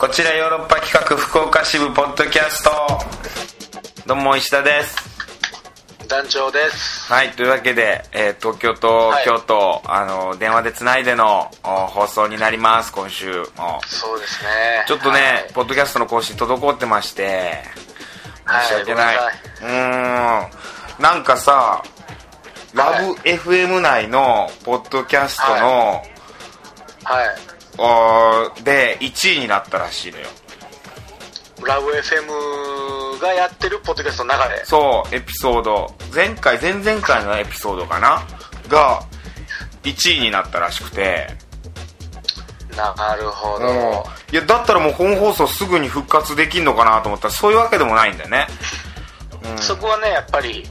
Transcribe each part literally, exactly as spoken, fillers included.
こちらヨーロッパ企画福岡支部ポッドキャスト。どうも石田です。 団長です。 はい、というわけで、えー、東京と京都、はい、あの電話でつないでの放送になります。今週もそうですね。 ちょっとね、 はい、 ポッドキャストの更新滞ってまして申し訳ない、はい、うーんなんかさ、ラブ エフエム 内のポッドキャストの、はい、でいちいになったらしいのよ。 ラブ エフエム がやってるポッドキャストの中で、 そうエピソード、前回前々回のエピソードかながいちいになったらしくて。 なるほど。 いやだったらもう本放送すぐに復活できんのかなと思ったら、そういうわけでもないんだよね。 うん、そこはねやっぱり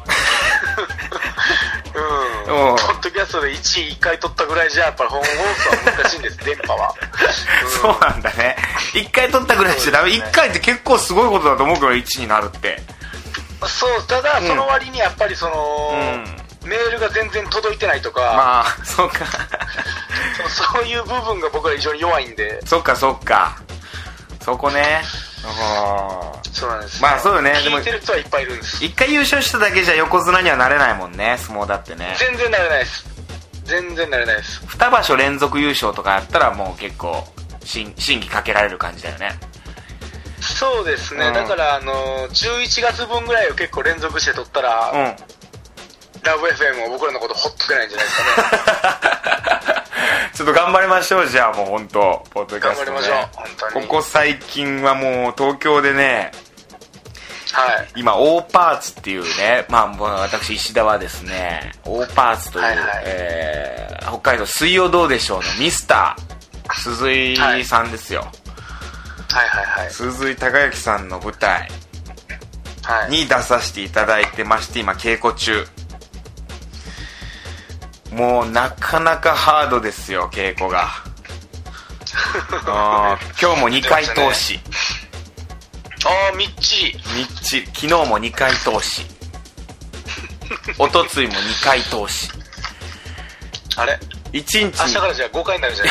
うん、うん、ポッドキャストでいちいいっかい取ったぐらいじゃやっぱり本放送は難しいんです電波は、 うん、そうなんだね。いっかい取ったぐらいじゃダメ、ね、いっかいって結構すごいことだと思うけどいちになるって。 そうただその割にやっぱりその、うん、メールが全然届いてないとか、 まあそうかそういう部分が僕は非常に弱いんで。 そっかそっか、そこね。 そうなんです、ね、 まあそうよね。 聞いてる人はいっぱいいるんです。 一回優勝しただけじゃ横綱にはなれないもんね、相撲だってね。 全然なれないです。全然なれないです。 に場所連続優勝とかやったらもう結構審議かけられる感じだよね。 そうですね、うん、だからあのじゅういちがつぶんぐらいを結構連続して取ったら、うん、ラブ エフエム も僕らのことほっとけないんじゃないですかねちょっと頑張りましょう。じゃあもう本当ポッドキャスト、ね、 頑張りましょう本当に。 ここ最近はもう東京でね、 はい、 今オーパーツっていうね、まあ私石田はですねオーパーツという、はいはい、えー、北海道水曜どうでしょうのミスター鈴井さんですよ、 はい、はいはいはい、 鈴井孝之さんの舞台に出させていただいてまして、今稽古中。もうなかなかハードですよ稽古があ今日もにかい通し、 ああみっちりみっちり、昨日もにかい通しおとついもにかい通し。 あれいちにちに明日からじゃあごかいになるじゃ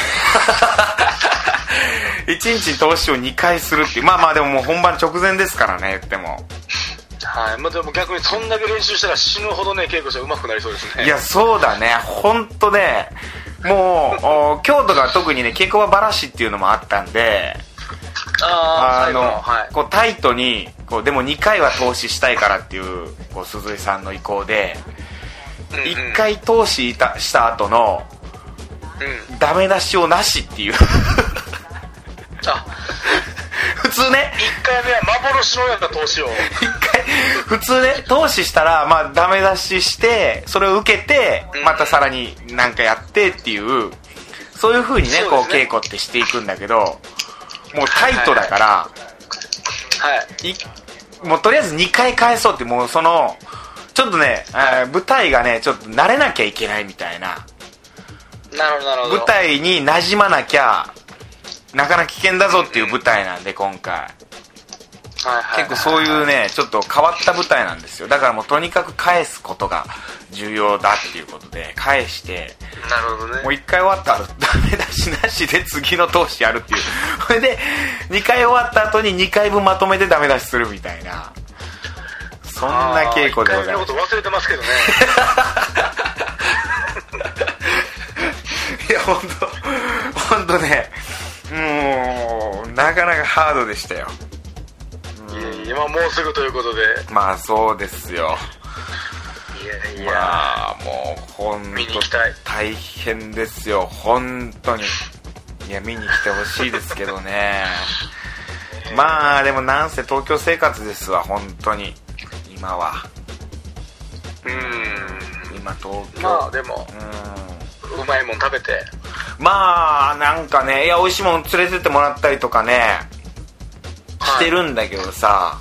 ないいちにちに通しをにかいするっていう。まあまあでももう本番直前ですからね言っても。 はい、まあ、でも逆にそんだけ練習したら死ぬほどね稽古したら上手くなりそうですね。 いやそうだね、本当ね、もう京都が特にね稽古場ばらしっていうのもあったんで、 ああの、 はい、こうタイトにこうでもにかいは投資したいからっていうこう鈴井さんの意向で、うんうん、いっかい投資いたした後の、うん、ダメ出しをなしっていうあ普通ねいっかいめは幻のような投資をいっかい普通ね投資したらまあダメ出ししてそれを受けてまたさらに何かやってっていう、そういう風にねこう稽古ってしていくんだけど、もうタイトだから、はい、はい、もうとりあえずにかい返そうって、もうそのちょっとね、はい、舞台がねちょっと慣れなきゃいけないみたいな。 なるほどなるほど。 舞台に馴染まなきゃなかなか危険だぞっていう舞台なんで今回、はいはい、結構そういうねちょっと変わった舞台なんですよ。だからもうとにかく返すことが重要だっていうことで返して、 なるほどね、 もういっかい終わったらダメ出しなしで次の投資やるっていうそれでにかい終わった後ににかいぶんまとめてダメ出しするみたいな、そんな稽古でございます。いっかいめのこと忘れてますけどねいや本当本当ね、もうなかなかハードでしたよ。 いや今もうすぐということで。 まあそうですよ。 いやいや、 まあもう本当大変ですよ本当に。いや見に来てほしいですけどねまあでもなんせ東京生活ですわ本当に今は。 うーん今東京、 まあでもうんうまいもん食べて、 まあなんかね、いや美味しいもん連れてってもらったりとかねしてるんだけどさ、はい、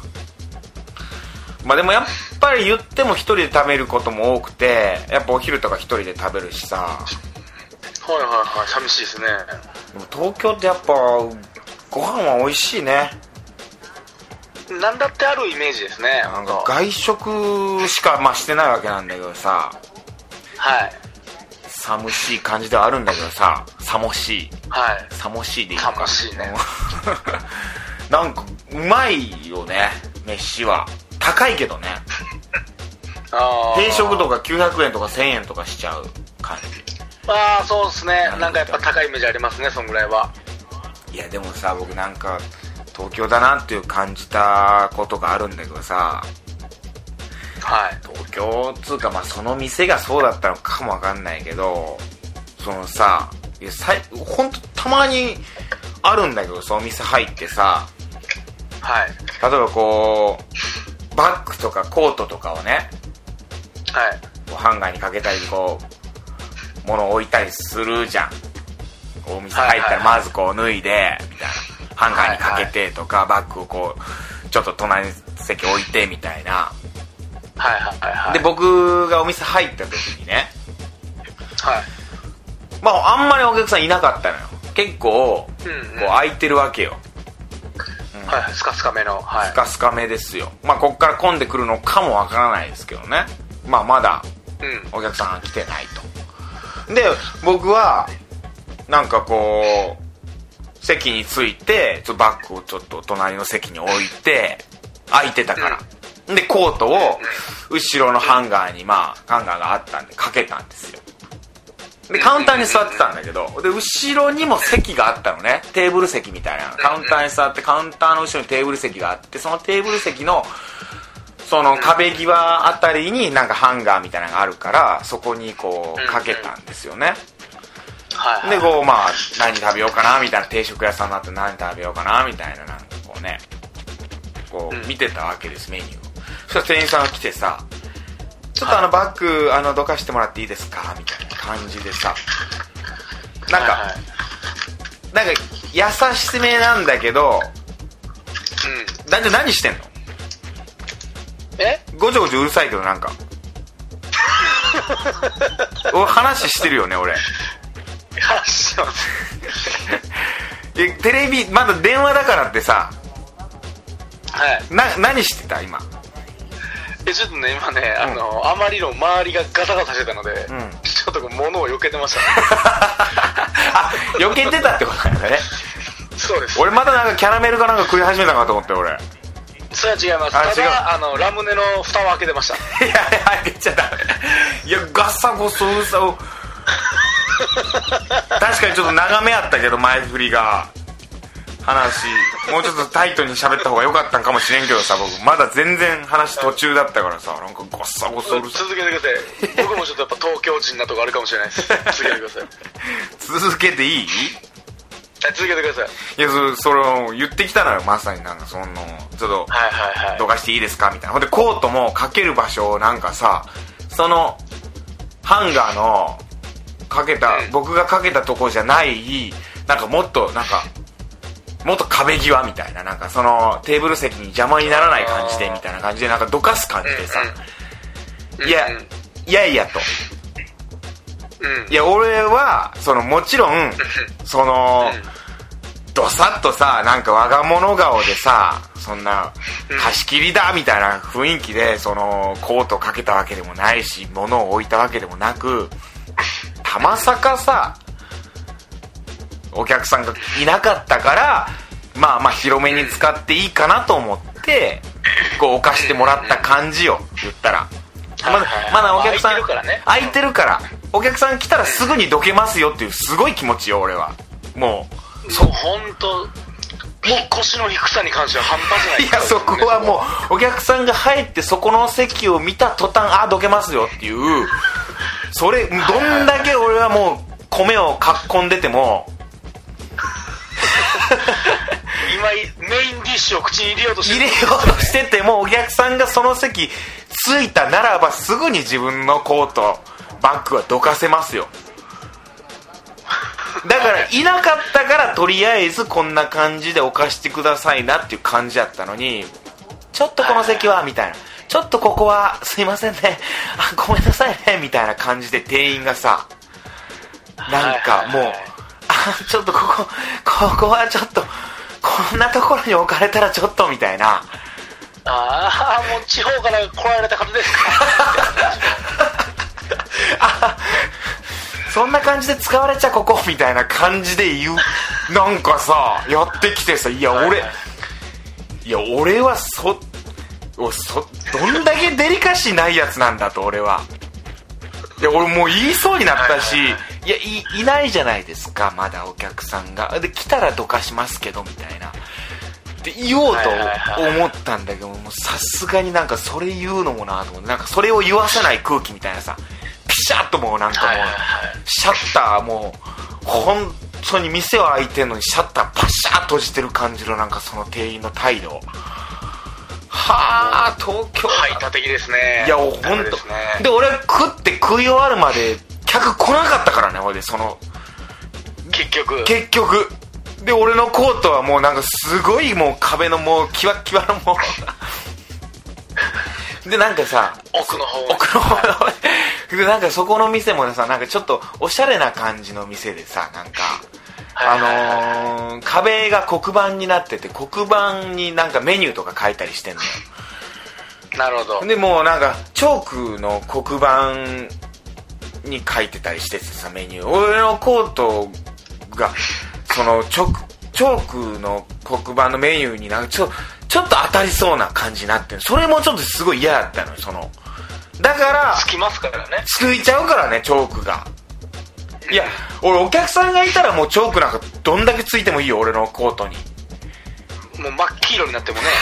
まあでもやっぱり言っても一人で食べることも多くて、やっぱお昼とか一人で食べるしさ。 はいはいはい、寂しいですね。 でも東京ってやっぱご飯は美味しいね。 なんだってあるイメージですね。 なんか外食しかまあしてないわけなんだけどさ、 はい、 寂しい感じではあるんだけどさ、さもしい、 はい、 さもしいでいいのか、 さもしいねなんかうまいよね、飯は。高いけどね。 あ定食とかきゅうひゃくえんとかせんえんとかしちゃう感じ。 ああ、そうですね。なんかやっぱ高いイメージありますね、そんぐらいは。 いやでもさ、僕なんか東京だなっていう感じたことがあるんだけどさ、 はい、 東京つうか、まあその店がそうだったのかもわかんないけど、そのさ、いやさいほんとたまにあるんだけど、その店入ってさ、 はい、 例えばこうバッグとかコートとかをね、 はい、 ハンガーにかけたりこう物を置いたりするじゃん。お店入ったらまずこう脱いでみたいな、ハンガーにかけてとか、バッグをこうちょっと隣に席置いてみたいな。 はいはいはい。 で僕がお店入った時にね、 はい、 まああんまりお客さんいなかったのよ。結構こう空いてるわけよ。 うん、はいはい、スカスカめの、はい、 スカスカめですよ。まあこっから混んでくるのかもわからないですけどね。まあまだお客さんが来てないと。で僕はなんかこう席に着いて、ちょっとバッグをちょっと隣の席に置いて、空いてたから、うん、でコートを後ろのハンガーに、まあハンガーがあったんでかけたんですよ。でカウンターに座ってたんだけど、で後ろにも席があったのね。テーブル席みたいな、カウンターに座って、カウンターの後ろにテーブル席があって、そのテーブル席のその壁際あたりになんかハンガーみたいなのがあるから、そこにこうかけたんですよね。 はい、 でこうまあ何食べようかなみたいな、定食屋さんになって何食べようかなみたいな、なんかこうね、こう見てたわけです、メニューを。そしたら店員さんが来てさ、ちょっとあのバッグあのどかしてもらっていいですかみたいな感じでさ、なんか、はいはい、なんか優しめなんだけど、うん、だって何してんの？ え？ ごちょごちょうるさいけど、なんか俺話してるよね、俺話してますテレビまだ電話だからってさ、 はい、 な何してた今？ えちょっとね今ね、うん、あのあまりの周りがガタガタしてたので、うん、ちょっと物を避けてましたねあ、避けてたってことなんだね。 そうです。 俺まだなんかキャラメルかなんか食い始めたかと思って俺。 それは違います。ただあのラムネの蓋を開けてました。 いやいや開けちゃダメ。いやガッサゴソうるさを確かにちょっと長めあったけど、前振りが話もうちょっとタイトに喋った方が良かったんかもしれんけどさ、僕まだ全然話途中だったからさ、なんかゴッサゴソうるさ。 続けてください。僕もちょっとやっぱ東京人なとこあるかもしれないです。続けてください。 続けていい？ 続けてください。 いや そ, それを言ってきたのよ、まさに。なんかそのちょっとどかしていいですかみたいな。ほんでコートもかける場所をなんかさ、そのハンガーのかけた、うん、僕がかけたとこじゃない、なんかもっとなんかもっと壁際みたいな、なんかそのテーブル席に邪魔にならない感じでみたいな感じで、なんかどかす感じでさ、うんうん、いや、うん、いやいやと、うん、いや俺はそのもちろんその、うん、どさっとさ、なんか我が物顔でさ、そんな貸し切りだみたいな雰囲気でそのコートかけたわけでもないし、物を置いたわけでもなく、たまさかさお客さんがいなかったから、まあまあ広めに使っていいかなと思ってこう置かしてもらった感じよ、言ったら。まだまだお客さん空いてるから、お客さん来たらすぐにどけますよっていうすごい気持ちよ、俺は。もうそう、本当腰の低さに関しては半端じゃない。 いやそこはもうお客さんが入ってそこの席を見た途端、あどけますよっていう、それどんだけ俺はもう米をかっこんでても今メインディッシュを口に入れようとして入れようとしてても、お客さんがその席着いたならばすぐに自分のコートバッグはどかせますよ。だからいなかったからとりあえずこんな感じで置かしてくださいなっていう感じだったのに、ちょっとこの席はみたいな、ちょっとここはすいませんね、あごめんなさいねみたいな感じで店員がさ、なんかもうあちょっとここここはちょっとこんなところに置かれたらちょっとみたいな。 ああもう地方から来られた方ですかあそんな感じで使われちゃここみたいな感じで言う、なんかさやってきてさ、いや俺、はいはい、 いや俺はそそどんだけデリカシーないやつなんだと俺はいや俺もう言いそうになったし、いや い, いないじゃないですかまだお客さんがで来たらどかしますけどみたいなって言おうと思ったんだけどさすがになんかそれ言うのもなと思ってなんかそれを言わせない空気みたいなさピシャッともうなんかもうシャッターもう本当に店は開いてんのにシャッターパシャッと閉じてる感じのなんかその店員の態度はあ東京排他的ですね。 いや本当 で,、ね、で俺食って食い終わるまで客来なかったからねほいでその結局結局で俺のコートはもうなんかすごいもう壁のもうキワッキワのもうでなんかさ奥の方奥の方でなんかそこの店もさなんかちょっとおしゃれな感じの店でさなんかあのー、壁が黒板になってて黒板になんかメニューとか書いたりしてんのよ。 なるほど。 でもうなんかチョークの黒板に書いてたりしててさメニュー俺のコートがそのチョークチョークの黒板のメニューになんかちょちょっと当たりそうな感じになってるそれもちょっとすごい嫌だったのよそのだからつきますからねついちゃうからねチョークがいや俺お客さんがいたらもうチョークなんかどんだけついてもいいよ俺のコートにもう真っ黄色になってもね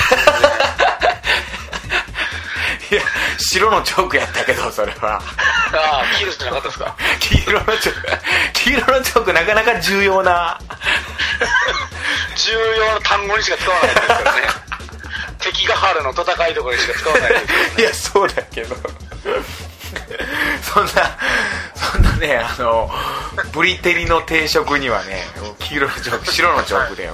いや白のチョークやったけどそれはああ黄色じゃなかったですか黄色のチョーク黄色のチョークなかなか重要な重要な単語にしか使わないですからね敵が春の戦いところにしか使わないですからねいやそうだけどそんなそんなねあのブリテリの定食にはね黄色のチョーク白のチョークで、うん、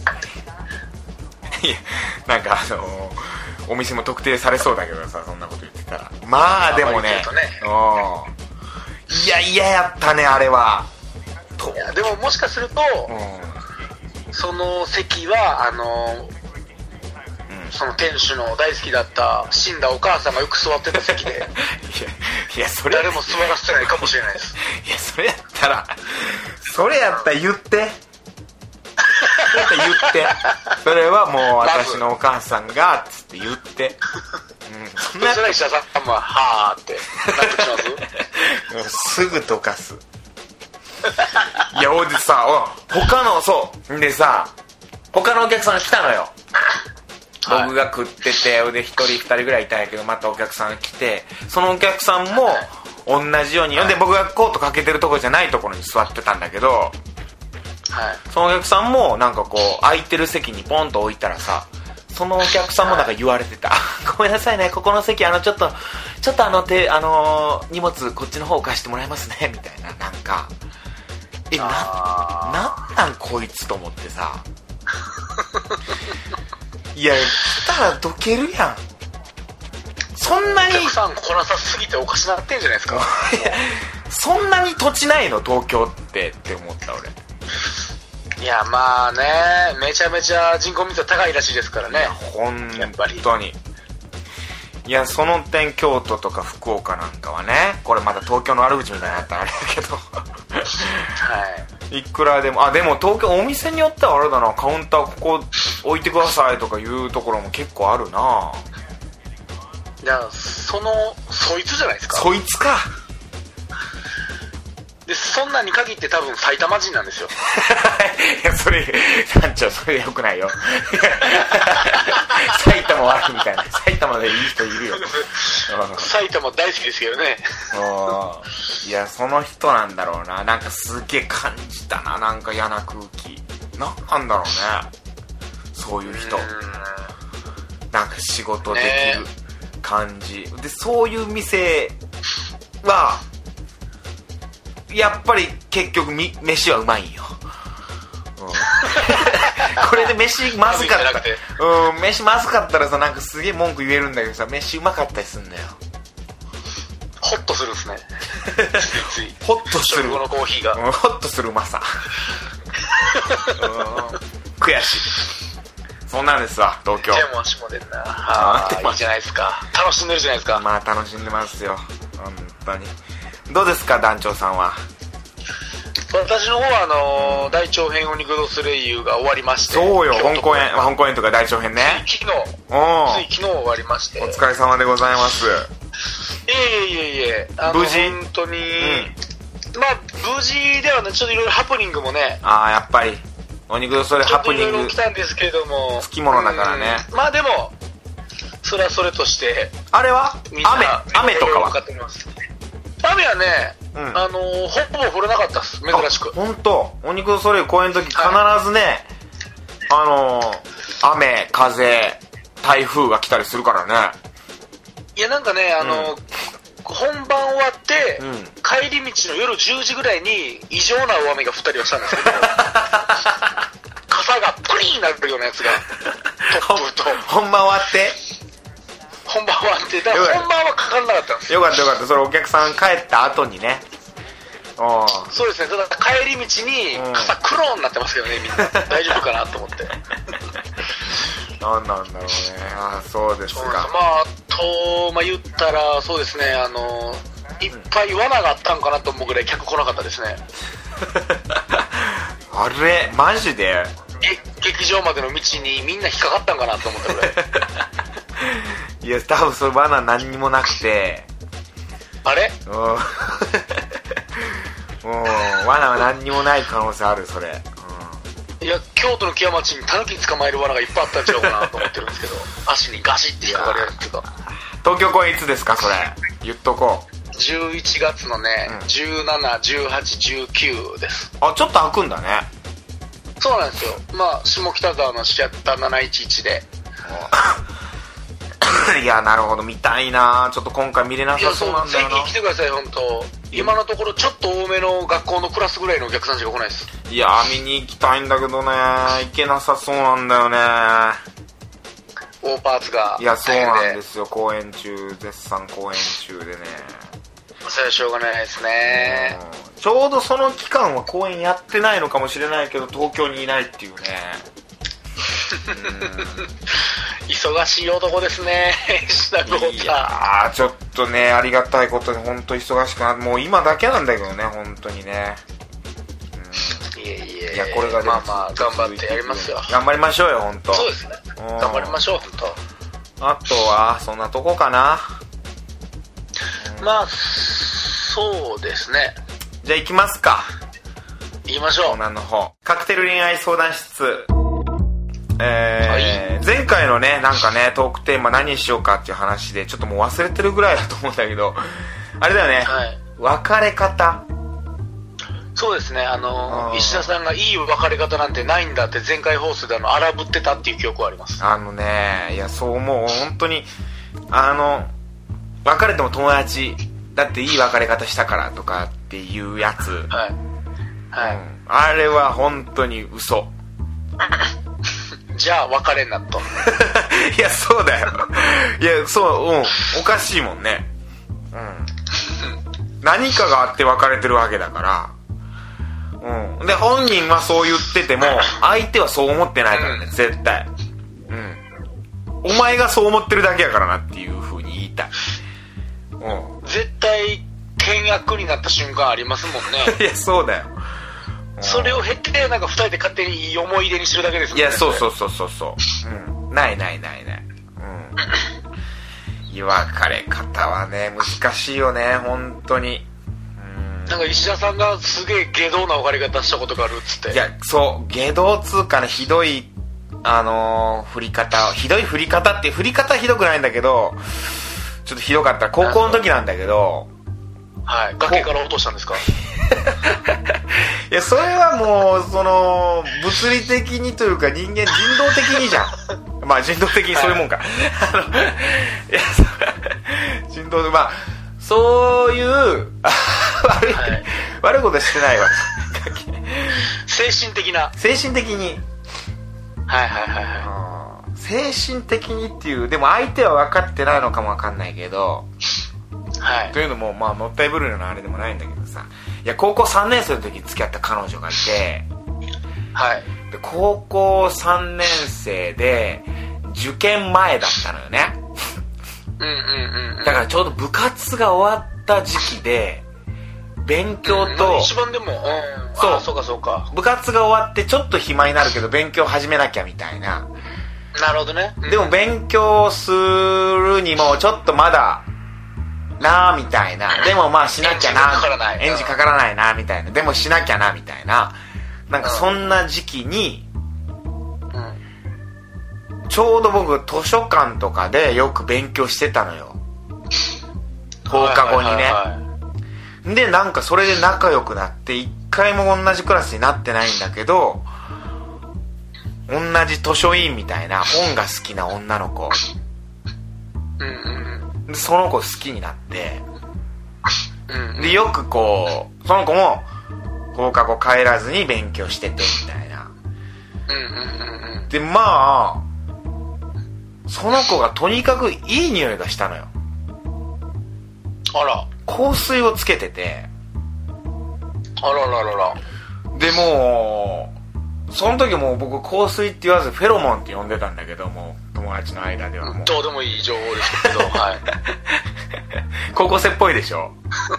いやなんかあのお店も特定されそうだけどさそんなこと言ってたらまあでもね、ね、うんいや嫌やったねあれはいやでももしかすると、うん、その席はあのその店主の大好きだった死んだお母さんがよく座ってた席でいやいやそれ誰も座らせてないかもしれないですいやそれやったらそれやったら言ってそれやったら言ってそれはもう私のお母さんがつって言って、 うん、そんなそれ石田さんははーってなってきますすぐ溶かすいや俺でさ他のそうでさ他のお客さんが来たのよ僕が食っててでひとりふたりぐらいいたんやけどまたお客さんが来てそのお客さんも同じようにで僕がコートかけてるところじゃないところに座ってたんだけど、はい、そのお客さんもなんかこう空いてる席にポンと置いたらさそのお客さんもなんか言われてた、はい、ごめんなさいねここの席あのちょっとちょっとあの手あのー、荷物こっちの方貸してもらえますねみたいななんかえななんなんこいつと思ってさいや来たらどけるやんそんなにお客さん来なさすぎておかしなってんじゃないですかそんなに土地ないの東京ってって思った俺いやまあねめちゃめちゃ人口密度高いらしいですからねほんとにいやその点京都とか福岡なんかはねこれまた東京の悪口みたいになったらあれだけどはいいくらでもあでも東京お店によってはあれだなカウンターここ置いてくださいとかいうところも結構あるないやそのそいつじゃないですかそいつかでそんなに限って多分埼玉人なんですよいやそれ団長それよくないよ埼玉悪いみたいな埼玉でいい人いるよ埼玉大好きですけどねいやその人なんだろうななんかすげえ感じたななんか嫌な空気なんなんだろうねそういう人なんか仕事できる感じ、ね、でそういう店はやっぱり結局み飯はうまいんよ、うん、これで飯まずかったらうん飯まずかったらさなんかすげえ文句言えるんだけどさ飯うまかったりすんだよホッとするっすねホッとする食後のコーヒーが、 うん、ホッとするうまさ悔しいそんなんですわ東京手も足も出んなあいいじゃないですか楽しんでるじゃないですかまあ楽しんでますよ本当にどうですか団長さんは私の方はあのー、大長編鬼グドスレイユが終わりまして。 そうよ、本公演、本公演とか大長編ね。 つい昨日、つい昨日終わりまして。 お疲れ様でございます。 いえいえいえいえ、あの無事本当に、うん、まあ無事ではね、ちょっといろいろハプニングもね。 ああ、やっぱり鬼グドスレイユハプニング。 ちょっといろいろ起きたんですけれども。 つきものだからね。 まあでも、それはそれとして。 あれは雨、雨とかは雨はね、うん、あのー、ほぼ降らなかったっす、珍しく。 本当。鬼グドスレイユ公演の時必ずね、はい、あのー、雨、風、台風が来たりするからね。 いやなんかね、あのーうん、本番終わって、 うん、 帰り道の夜じゅうじぐらいに異常な大雨が降ったりはしたんですけど傘がプリーンになるようなやつがトップと本番終わって本番終わって、だから本番はかからなかったんですよ。よかったよかった。それお客さん帰った後にね。 おそうですね。ただ帰り道に傘クローンになってますけどね、みんな大丈夫かなと思って何なんだろうね。ああ、そうですか。まあと、まあ、言ったらそうですね、あのいっぱい罠があったんかなと思うぐらい客来なかったですねあれマジで劇場までの道にみんな引っかかったんかなと思ったぐらいいや多分それ罠何にもなくて、 あれうんもう罠は何にもない可能性あるそれ、 うん、いや京都の木屋町にタヌキ捕まえる罠がいっぱいあったんちゃうかなと思ってるんですけど足にガシッて引っかかるやつっていうか。 東京公演いつですかそれ言っとこう。 じゅういちがつのね、うん、じゅうなな、じゅうはち、じゅうきゅうです。 あ、ちょっと開くんだね。 そうなんですよ。まあ下北沢のシアターなないちいちでいやなるほど、見たいな。ちょっと今回見れなさそうなんだよな。 ぜひ来てください。本当今のところちょっと多めの学校のクラスぐらいのお客さんしか来ないです。 いや見に行きたいんだけどね、行けなさそうなんだよね。 大パーツがいやそうなんですよ。公演中、絶賛公演中でね。 それはしょうがないですね。 ちょうどその期間は公演やってないのかもしれないけど東京にいないっていうねうん忙しい男ですね石田豪太。 いやーちょっとねありがたいことに本当忙しくな、もう今だけなんだけどね本当にね、 うん、いえいえいやこれがでもまあまあ頑張ってやりますよ。 頑張りましょうよ本当。 そうですね、頑張りましょう本当。あとはそんなとこかな。 まあそうですね。 じゃあ行きますか。 行きましょう。 コーナーの方、カクテル恋愛相談室。えー、はい、前回のねなんかねトークテーマ何にしようかっていう話でちょっともう忘れてるぐらいだと思うんだけどあれだよね、はい、別れ方。 そうですね、あのー、石田さんがいい別れ方なんてないんだって前回放送であの荒ぶってたっていう記憶はあります。 あのねいやそう思う本当に。あの別れても友達だっていい別れ方したからとかっていうやつ、 はいはい、うん、 あれは本当に嘘じゃあ別れんなといやそうだよいやそう、うん、おかしいもんね、うん、何かがあって別れてるわけだから、うん、で本人はそう言ってても相手はそう思ってないからね絶対、うん、お前がそう思ってるだけやからなっていう風に言いたい。うん、絶対険悪になった瞬間ありますもんねいやそうだよ。 それを経てなんかふたりで勝手にいい思い出にしてるだけですもんね。 いやそうそうそうそうそう、うん、ないないないない、うん、いい別れ方はね難しいよね本当に。 うん、なんか石田さんがすげえ下道な別れ方したことがあるっつって。 いやそう下道つうかねひどいあのー、振り方ひどい振り方って振り方はひどくないんだけどちょっとひどかった。高校の時なんだけど、 はい、崖から落としたんですかいやそれはもうその物理的にというか人間人道的にじゃんまあ人道的にそういうもんか、はい、あのいや人道でまあそういう悪い、はい、悪いことしてないわ精神的な精神的にはいはいはいはい、 精神的にっていうでも相手は分かってないのかも分かんないけど、 はい、 というのもまあもったいぶるのあれでもないんだけどさ、いや高校さんねん生の時に付き合った彼女がいて、 はい、 で高校さんねん生で受験前だったのよねうんうんうん、うん、 だからちょうど部活が終わった時期で勉強と、 うん、一番でも、うん、 そうあ、そうかそうか。 部活が終わってちょっと暇になるけど勉強始めなきゃみたいな。 なるほどね。 うん、でも勉強するにもちょっとまだなーみたいな。でもまあしなきゃな、エンジンかからないなみたいな。でもしなきゃなみたいな。なんかそんな時期に、うん、ちょうど僕図書館とかでよく勉強してたのよ。放課後にね。はいはいはいはい、でなんかそれで仲良くなって一回も同じクラスになってないんだけど、同じ図書委員みたいな本が好きな女の子、うんうん、でその子好きになって、うんうん、でよくこうその子も放課後帰らずに勉強しててみたいな、うんうんうんうん、でまあその子がとにかくいい匂いがしたのよ。 あら、 香水をつけてて、 あらららら。 でもその時も僕香水って言わずフェロモンって呼んでたんだけども、友達の間ではもうどうでもいい情報ですけど、はい、 高校生っぽいでしょ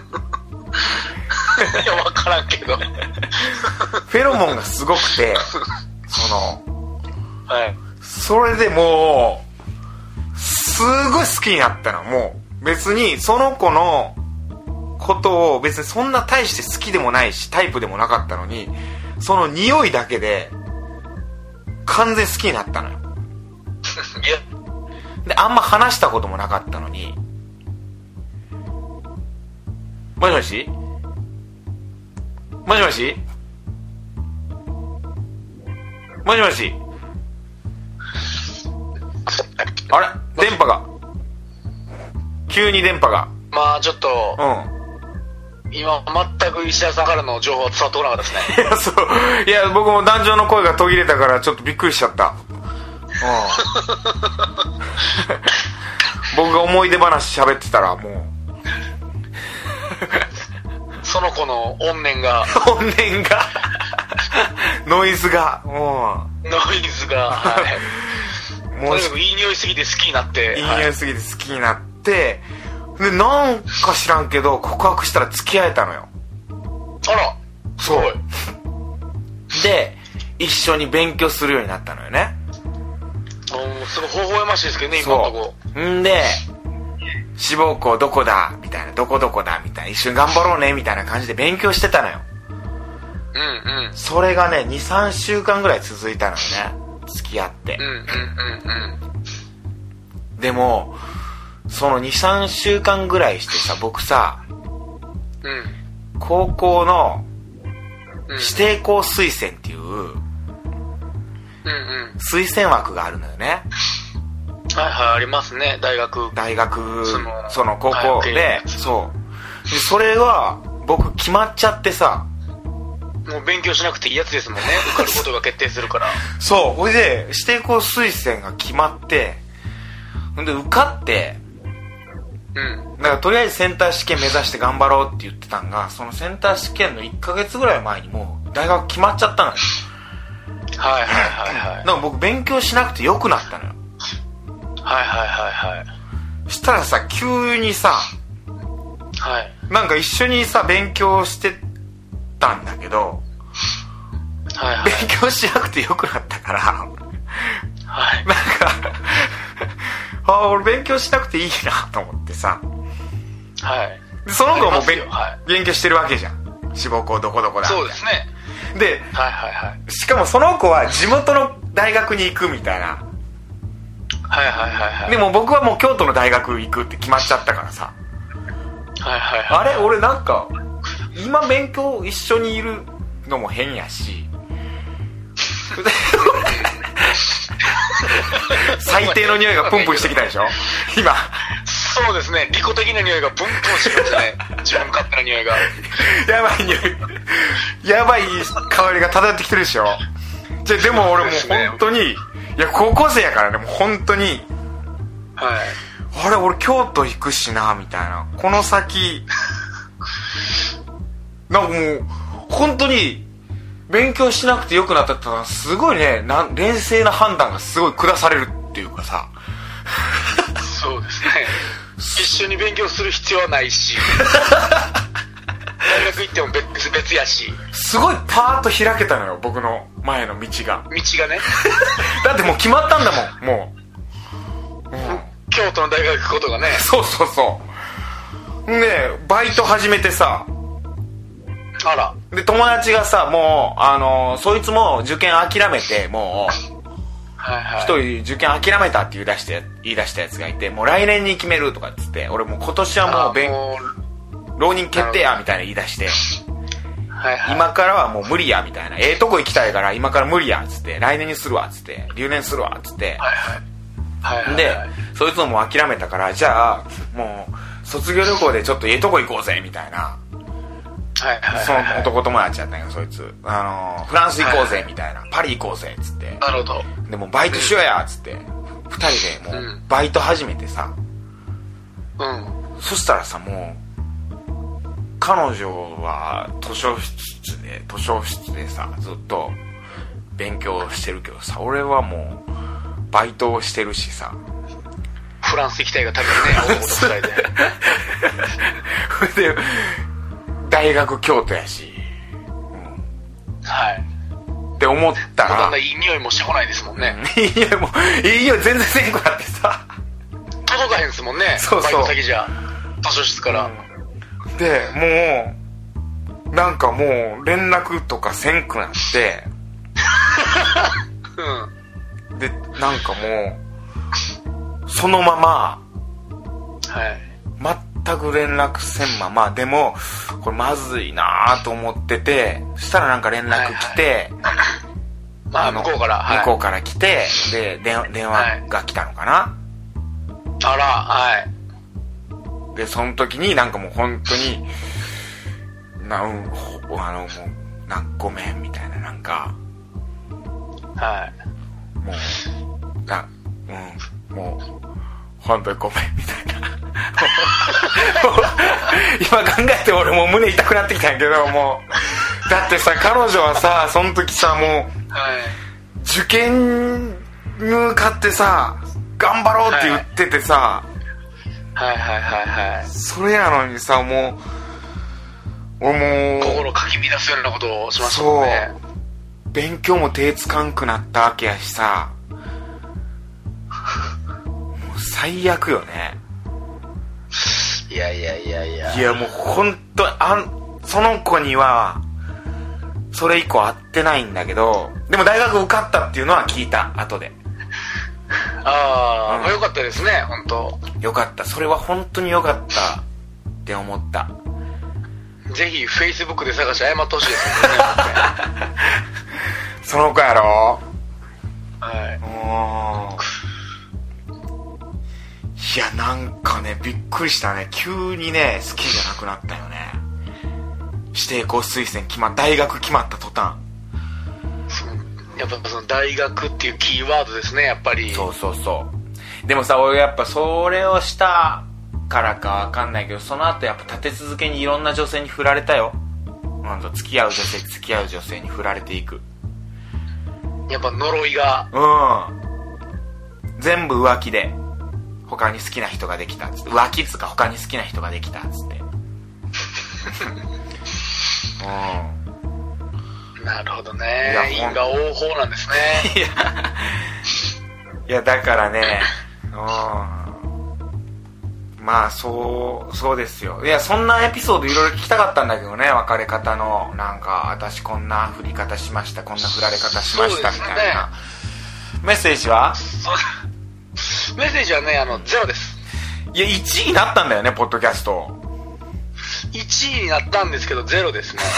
いや分からんけどフェロモンがすごくて、その、 はい、 それでもうすごい好きになったの。もう別にその子のことを別にそんな大して好きでもないしタイプでもなかったのに、その匂いだけで完全好きになったのよであんま話したこともなかったのに。もしもしもしもしもしもしあれ電波が急に電波がまあちょっと、 うん今全く石田さんからの情報は伝わってこなかったですね。 いやそういや僕も壇上の声が途切れたからちょっとびっくりしちゃった、うん、僕が思い出話喋ってたらもうその子の怨念が怨念がノイズがもうノイズが、はい、もうとにかくいい匂いすぎて好きになっていい匂いすぎて好きになって、はい、でなんか知らんけど告白したら付き合えたのよ。 あらすごい。 で一緒に勉強するようになったのよね。 おすごい微笑ましいですけどね今のところ。 んで志望校どこだみたいな、どこどこだみたいな、一緒に頑張ろうねみたいな感じで勉強してたのよ。うんうん。それがね にさんしゅうかんぐらい続いたのよね、付き合って。うんうんうんうん。でもその にさんしゅうかんぐらいしてさ、僕さ、うん、高校の指定校推薦っていう、うんうん、推薦枠があるのよね。 はいはい、ありますね。大学大学その、その高校で、そうでそれは僕決まっちゃってさ、 もう勉強しなくていいやつですもんね受かることが決定するからそう、ほいで指定校推薦が決まって、ほんで受かって、うん、だからとりあえずセンター試験目指して頑張ろうって言ってたんが、そのセンター試験のいっかげつぐらい前にもう大学決まっちゃったのよ。 はいはいはいはい。 だから僕勉強しなくてよくなったのよ。 はいはいはいはい。 したらさ、急にさ、はい、なんか一緒にさ勉強してたんだけど、はいはい、勉強しなくてよくなったから、はい、なんかあ、俺勉強しなくていいなと思ってさ、はい、でその子も勉、はい、勉強してるわけじゃん、志望校どこどこだ。 そうですね。 で、 はいはいはい、 しかもその子は地元の大学に行くみたいな。 はいはいはいはい。 でも僕はもう京都の大学行くって決まっちゃったからさ、 はいはいはい、 あれ俺なんか今勉強一緒にいるのも変やし最低の匂いがプンプンしてきたでしょ今。 そうですね、利己的な匂いがプンプンしてきましたね自分勝手な匂いがやばい匂いやばい香りが漂ってきてるでしょ。じゃでも俺もう本当に、いや高校生やからね、もう本当に、はい、あれ俺京都行くしなみたいな、この先なんかもう本当に勉強しなくてよくなったってのはすごいね、な冷静な判断がすごい下されるっていうかさそうですね、一緒に勉強する必要はないし大学学行っても別々やし、 すごいパーッと開けたのよ、僕の前の道が。 道がね。 だってもう決まったんだもん、もう。うん、 京都の大学行くことがね。 そうそうそう。で、バイト始めてさ。 あら。 で、友達がさ、もう、あの、そいつも受験諦めて、もう、 はいはい、 一人受験諦めたって言い出して言い出したやつがいて、もう来年に決めるとかっつって、俺もう今年はもう勉浪人決定やみたいな言い出して、 はいはい、 今からはもう無理やみたいな、ええとこ行きたいから今から無理やっつって、来年にするわっつって、留年するわっつって、 はいはいはいはい、 でそいつももう諦めたから、じゃあもう卒業旅行でちょっとええとこ行こうぜみたいな、 はいはいはいはい、 その男友達やったんやけど、そいつあのフランス行こうぜみたいな、はいはい、パリ行こうぜっつって、 なるほど、 でもうバイトしようやっつって、うん、ふたりでもうバイト始めてさ、 うん、 そしたらさ、もう彼女は図書室で図書室でさずっと勉強してるけどさ、俺はもうバイトをしてるしさ、 フランス行きたいがためにね、男とふたりでで大学京都やし、 うん、はいって思ったら、 だんだんいい匂いもしてこないですもんね、 うん、いい匂いもいい匂い全然せんくなってさ、 届かへんですもんね、 そうそう、 バイト先じゃ図書室から、 うん、でもうなんかもう連絡とかせんくなって、うん、でなんかもうそのまま、 はい、 全く連絡せんまま、でもこれまずいなと思ってて、そしたらなんか連絡来て、 はいはい、まあ向こうから、 向こうから来て、で電電話が来たのかな、はい、 あら、はい、 でその時になんかもう本当にな、うん、あのもうなごめんみたいな、なんかはいもうな、うん、もう本当にごめんみたいな今考えて俺もう胸痛くなってきたんやけど、もうだってさ、彼女はさその時さ、もう、はい、受験に向かってさ頑張ろうって言っててさ、 はい、はいはいはいはい、 それやのにさ、もう俺もう心かき乱すようなことをしましたもんね。 そう、勉強も手つかんくなったわけやしさ、もう最悪よね。 いやいやいやいやいやもう本当あんその子にはそれ以降会ってないんだけど、でも大学受かったっていうのは聞いた後で。 ああ、 うん、 まあよかったですね、本当。 よかった、それは本当によかったって思った。 ぜひフェイスブックで探して謝ってほしいですよねその子やろ。 はい。 いやなんかね、びっくりしたね、急にね好きじゃなくなったよね。指定校推薦決まっ大学決まった途端、 やっぱその大学っていうキーワードですね、やっぱり。 そうそうそう。でもさ、俺やっぱそれをしたからかわかんないけど、その後やっぱ立て続けにいろんな女性に振られたよ。なんと付き合う女性付き合う女性に振られていく。 やっぱ呪いが、 うん、全部浮気で他に好きな人ができたっつって、浮気っつうか他に好きな人ができたっつってうん、なるほどね。因果応報なんですね。 いやいやだからね、うん、まあそうそうですよ。いやそんなエピソードいろいろ聞きたかったんだけどね、別れ方の、なんか私こんな振り方しました、こんな振られ方しましたみたいな、ね、メッセージはメッセージはね、あのゼロです。 いやいちいになったんだよね、ポッドキャストいちいになったんですけどゼロですね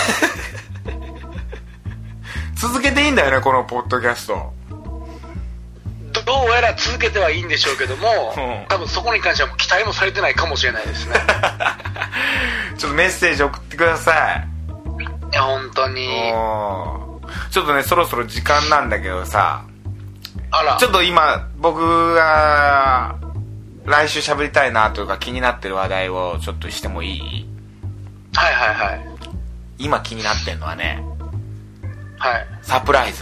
続けていいんだよね、このポッドキャスト。 どうやら続けてはいいんでしょうけども、うん、多分そこに関しては期待もされてないかもしれないですねちょっとメッセージ送ってください。 いや本当にちょっとね、そろそろ時間なんだけどさ、 あら、 ちょっと今僕が来週喋りたいなというか気になってる話題をちょっとしてもいい？ はいはいはい。 今気になってるのはね、 はい、 サプライズ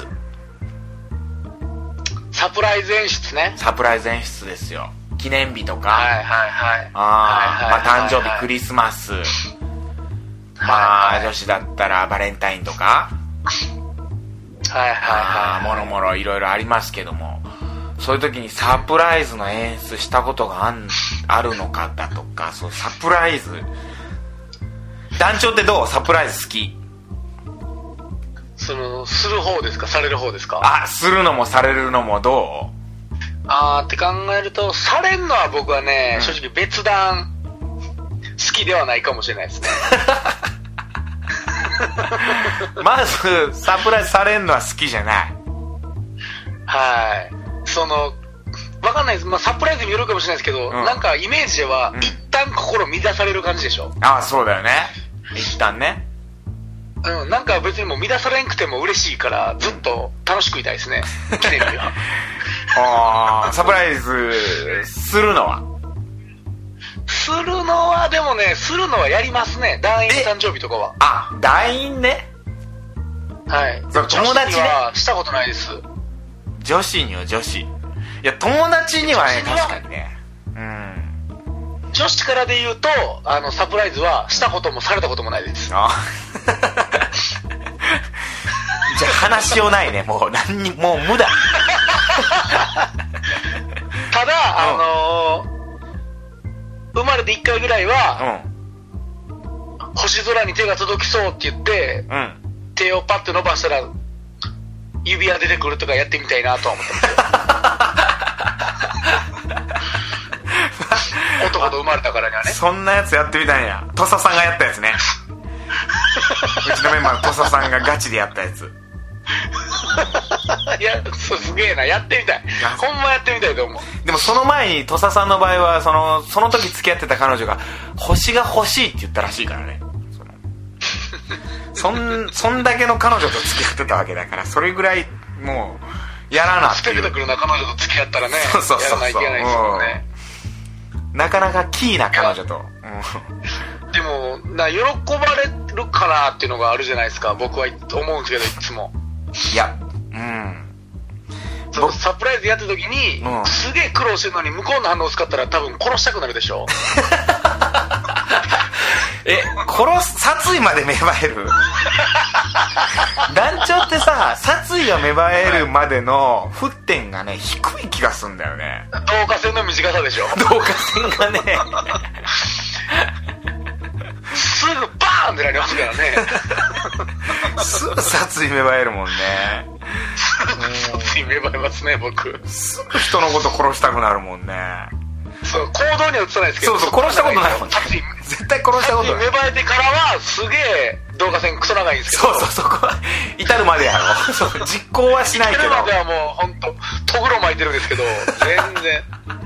サプライズ演出ね。 サプライズ演出ですよ。記念日とか、 はいはいはい、 あ、まあ、誕生日、クリスマス、 はいまあ女子だったらバレンタインとか、 はいはいはい、 もろもろいろいろありますけども、そういう時にサプライズの演出したことがあんあるのかだとか、そうサプライズ、団長ってどう？サプライズ好き？ そのする方ですか、される方ですか？ あ、するのもされるのもどう？ あーって考えると、されるのは僕はね、うん、正直別段好きではないかもしれないですね。 まずサプライズされるのは好きじゃない。 はい、その分かんないです、まあ、サプライズによるかもしれないですけど、うん、なんかイメージでは、うん、一旦心乱される感じでしょ。 ああ、そうだよね、一旦ね。 うん、なんか別にもう乱されんくても嬉しいからずっと楽しくいたいですね、記念日は。 あ、サプライズするのはするのはでもね、するのはやりますね、団員誕生日とかは。 あ、団員ね。 はい、 友達ねはしたことないです。 女子には女子、いや友達にはね、確かにね、うん、 女子からで言うと、あのサプライズはしたこともされたこともないです。あじゃあ話しようないね、もう何にもう無駄。 ただ、あのー、生まれていっかいぐらいは、うん、星空に手が届きそうって言って、うん、手をパッと伸ばしたら指輪出てくるとかやってみたいなとは思ってますよ。男と生まれたからにはね。 そんなやつやってみたいんや。土佐さんがやったやつね。うちのメンバーの土佐さんがガチでやったやつ。 いや、すげえな、やってみたい、ほんまやってみたいと思う。 でもその前に土佐さんの場合はそのその時付き合ってた彼女が星が欲しいって言ったらしいからね。そんそんだけの彼女と付き合ってたわけだから、それぐらいもうやらなっていう。 スペクタクルな彼女と付き合ったらね、 そうそうそうそう、 やらないといけないですもんね。 なかなかキーな彼女と、 うん、でもな、喜ばれるかなっていうのがあるじゃないですか、僕は思うんですけど、いつも。 いや、うん、 そのサプライズやった時に、うん、すげえ苦労してるのに向こうの反応薄かったら多分殺したくなるでしょ。 え、殺す、殺意まで芽生える？団長ってさ、殺意が芽生えるまでの沸点がね、低い気がすんだよね。 導火線の短さでしょ。 導火線がねすぐバーンってなりますからね。 すぐ殺意芽生えるもんね。 殺意芽生えますね、僕。 すぐ人のこと殺したくなるもんね。 そう、行動には移さないですけど。 そうそう、殺したことないもんね。絶対殺したことない。 芽生えてからはすげえ導火線クソ長いんですけど。 そうそう、そこは至るまでやろ。そう、実行はしないけど。 至るまではもう本当とぐろ巻いてるんですけど、全然。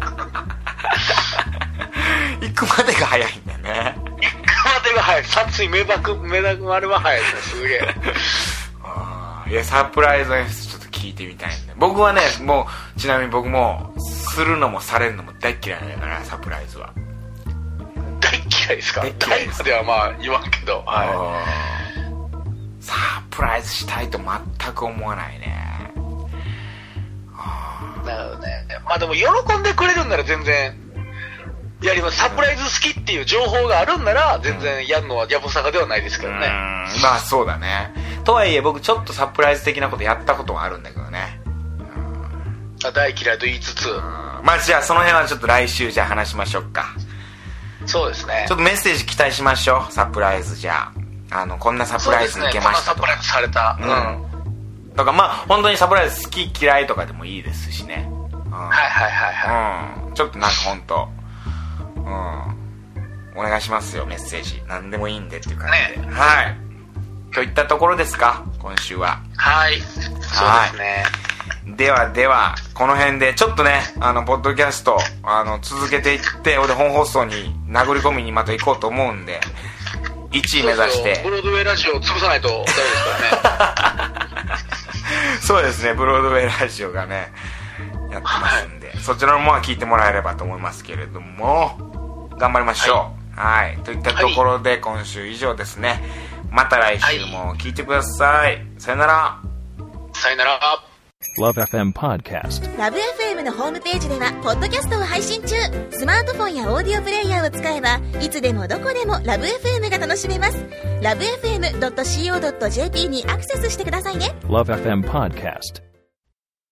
行くまでが早いんだよね。 行くまでが早い。殺意芽生く芽生まれは早いですね、すげえ。 あ、いや、サプライズ演出ちょっと聞いてみたいんで。僕はね、もうちなみに僕もするのもされるのも大嫌いだから、サプライズは。 大嫌いですか？大嫌いまではまあ言わんけど、はい、サプライズしたいと全く思わないね。 なるほどね。まあでも喜んでくれるんなら全然やります。サプライズ好きっていう情報があるんなら全然やるのはやぶさかではないですけどね。 うん、まあそうだね。とはいえ僕ちょっとサプライズ的なことやったことがあるんだけどね。 うん、あ、大嫌いと言いつつ、うん、 まあじゃあその辺はちょっと来週じゃあ話しましょうか。 そうですね。 ちょっとメッセージ期待しましょう。サプライズじゃあ、あのこんなサプライズ受けましたとか、 ね、こんなサプライズされた、 うん、とか、まあ本当にサプライズ好き嫌いとかでもいいですしね。うん、 はいはいはいはい、 うん、ちょっとなんか本当、うん、お願いしますよ、メッセージ。何でもいいんでっていう感じで、ね、はい。といったところですか、今週は。 はい、そうですね。はい、 ではではこの辺でちょっとね、あのポッドキャストあの続けていって、俺本放送に殴り込みにまた行こうと思うんで、いちい目指して。 ブロードウェイラジオを潰さないとダメですからね。 そうですね、ブロードウェイラジオがねやってますんで、はい、そちらのものは聞いてもらえればと思いますけれども、頑張りましょう。はい、はい、といったところで今週以上ですね。また来週も聞いてください。はい、さよなら。 さよなら。 ラブエフエム Podcast。 ラブ エフエム のホームページではポッドキャストを配信中。スマートフォンやオーディオプレイヤーを使えばいつでもどこでもラブ エフエム が楽しめます。ラブエフエムドットシーオードットジェーピー にアクセスしてくださいね。 ラブエフエム Podcast。